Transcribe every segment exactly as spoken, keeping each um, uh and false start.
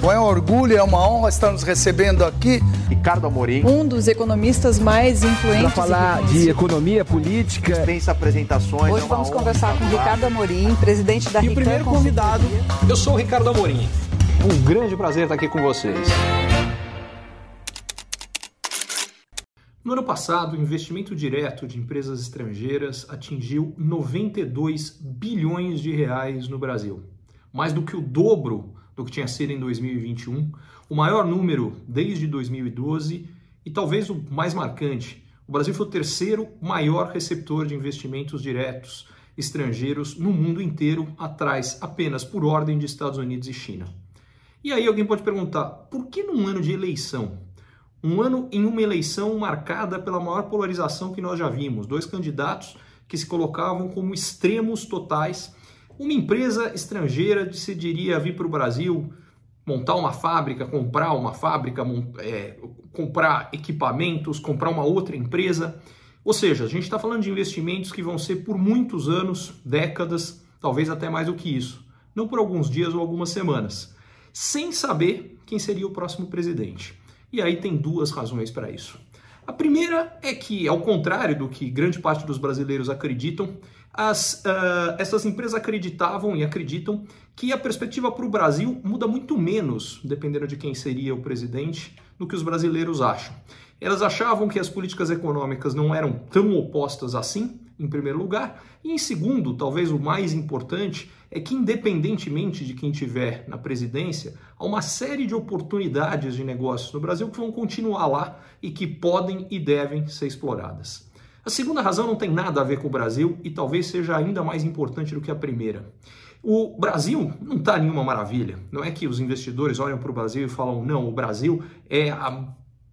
Bom, é um orgulho, é uma honra estar nos recebendo aqui. Ricardo Amorim, um dos economistas mais influentes. Para falar de economia política. Dispensa apresentações. Hoje vamos conversar com Ricardo Amorim, presidente da Rican. E o primeiro convidado, eu sou o Ricardo Amorim. Um grande prazer estar aqui com vocês. No ano passado, o investimento direto de empresas estrangeiras atingiu noventa e dois bilhões de reais no Brasil. Mais do que o dobro do que tinha sido em dois mil e vinte e um, o maior número desde dois mil e doze e talvez o mais marcante. O Brasil foi o terceiro maior receptor de investimentos diretos estrangeiros no mundo inteiro, atrás apenas por ordem de Estados Unidos e China. E aí alguém pode perguntar, por que num ano de eleição? Um ano em uma eleição marcada pela maior polarização que nós já vimos, dois candidatos que se colocavam como extremos totais. Uma empresa estrangeira decidiria vir para o Brasil, montar uma fábrica, comprar uma fábrica, é, comprar equipamentos, comprar uma outra empresa. Ou seja, a gente está falando de investimentos que vão ser por muitos anos, décadas, talvez até mais do que isso. Não por alguns dias ou algumas semanas. Sem saber quem seria o próximo presidente. E aí tem duas razões para isso. A primeira é que, ao contrário do que grande parte dos brasileiros acreditam, as, uh, essas empresas acreditavam e acreditam que a perspectiva para o Brasil muda muito menos, dependendo de quem seria o presidente, do que os brasileiros acham. Elas achavam que as políticas econômicas não eram tão opostas assim, em primeiro lugar, e em segundo, talvez o mais importante, é que independentemente de quem tiver na presidência, há uma série de oportunidades de negócios no Brasil que vão continuar lá e que podem e devem ser exploradas. A segunda razão não tem nada a ver com o Brasil e talvez seja ainda mais importante do que a primeira. O Brasil não está nenhuma maravilha. Não é que os investidores olham para o Brasil e falam, não, o Brasil é a,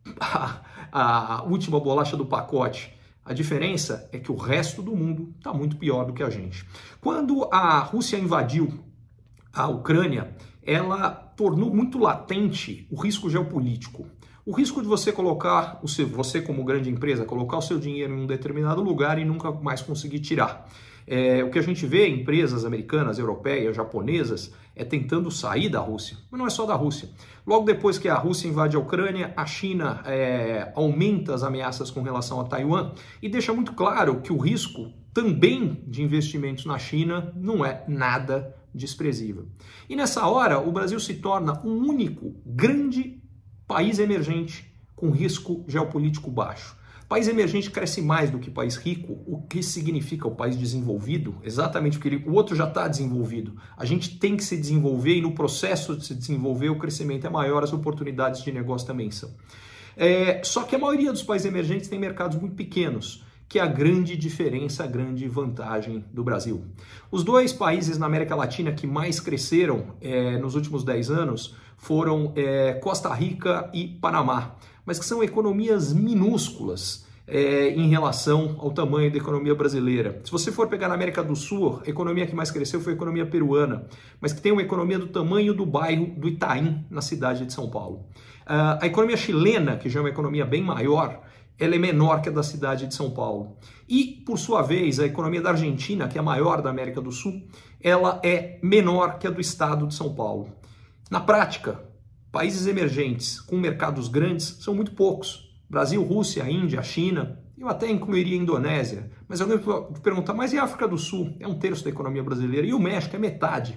a, a última bolacha do pacote. A diferença é que o resto do mundo está muito pior do que a gente. Quando a Rússia invadiu a Ucrânia, ela tornou muito latente o risco geopolítico. O risco de você colocar, o seu, você como grande empresa, colocar o seu dinheiro em um determinado lugar e nunca mais conseguir tirar. É, o que a gente vê em empresas americanas, europeias, japonesas, é tentando sair da Rússia. Mas não é só da Rússia. Logo depois que a Rússia invade a Ucrânia, a China é, aumenta as ameaças com relação a Taiwan e deixa muito claro que o risco também de investimentos na China não é nada desprezível. E nessa hora, o Brasil se torna um único grande país emergente com risco geopolítico baixo. País emergente cresce mais do que país rico. O que significa o país desenvolvido? Exatamente porque ele, o outro já está desenvolvido. A gente tem que se desenvolver e no processo de se desenvolver o crescimento é maior, as oportunidades de negócio também são. É, só que a maioria dos países emergentes tem mercados muito pequenos, que é a grande diferença, a grande vantagem do Brasil. Os dois países na América Latina que mais cresceram é, nos últimos dez anos foram é, Costa Rica e Panamá, mas que são economias minúsculas é, em relação ao tamanho da economia brasileira. Se você for pegar na América do Sul, a economia que mais cresceu foi a economia peruana, mas que tem uma economia do tamanho do bairro do Itaim, na cidade de São Paulo. Uh, a economia chilena, que já é uma economia bem maior, ela é menor que a da cidade de São Paulo. E, por sua vez, a economia da Argentina, que é a maior da América do Sul, ela é menor que a do estado de São Paulo. Na prática, países emergentes com mercados grandes são muito poucos. Brasil, Rússia, Índia, China, eu até incluiria a Indonésia. Mas alguém pode perguntar, mas e a África do Sul? É um terço da economia brasileira. E o México é metade.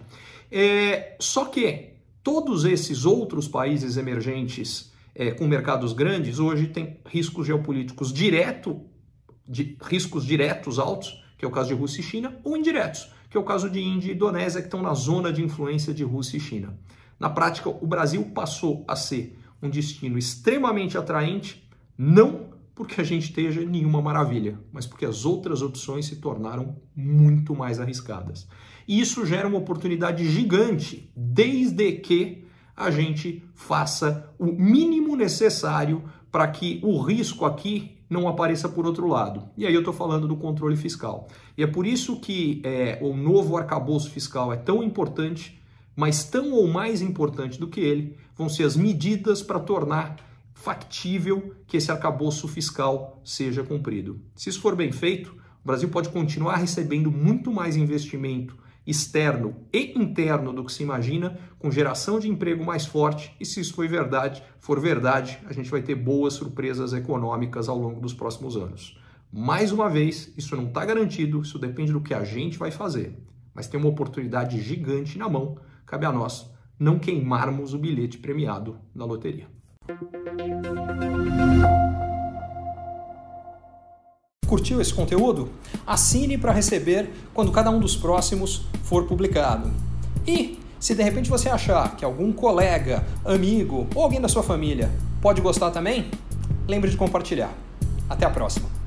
É, só que todos esses outros países emergentes é, com mercados grandes hoje têm riscos geopolíticos direto, de, riscos diretos altos, que é o caso de Rússia e China, ou indiretos, que é o caso de Índia e Indonésia, que estão na zona de influência de Rússia e China. Na prática, o Brasil passou a ser um destino extremamente atraente, não porque a gente esteja nenhuma maravilha, mas porque as outras opções se tornaram muito mais arriscadas. E isso gera uma oportunidade gigante, desde que a gente faça o mínimo necessário para que o risco aqui não apareça por outro lado. E aí eu estou falando do controle fiscal. E é por isso que é, o novo arcabouço fiscal é tão importante, mas tão ou mais importante do que ele vão ser as medidas para tornar factível que esse arcabouço fiscal seja cumprido. Se isso for bem feito, o Brasil pode continuar recebendo muito mais investimento externo e interno do que se imagina, com geração de emprego mais forte, e se isso for verdade, for verdade, a gente vai ter boas surpresas econômicas ao longo dos próximos anos. Mais uma vez, isso não está garantido, isso depende do que a gente vai fazer, mas tem uma oportunidade gigante na mão, cabe a nós não queimarmos o bilhete premiado na loteria. Curtiu esse conteúdo? Assine para receber quando cada um dos próximos for publicado. E, se de repente você achar que algum colega, amigo ou alguém da sua família pode gostar também, lembre de compartilhar. Até a próxima!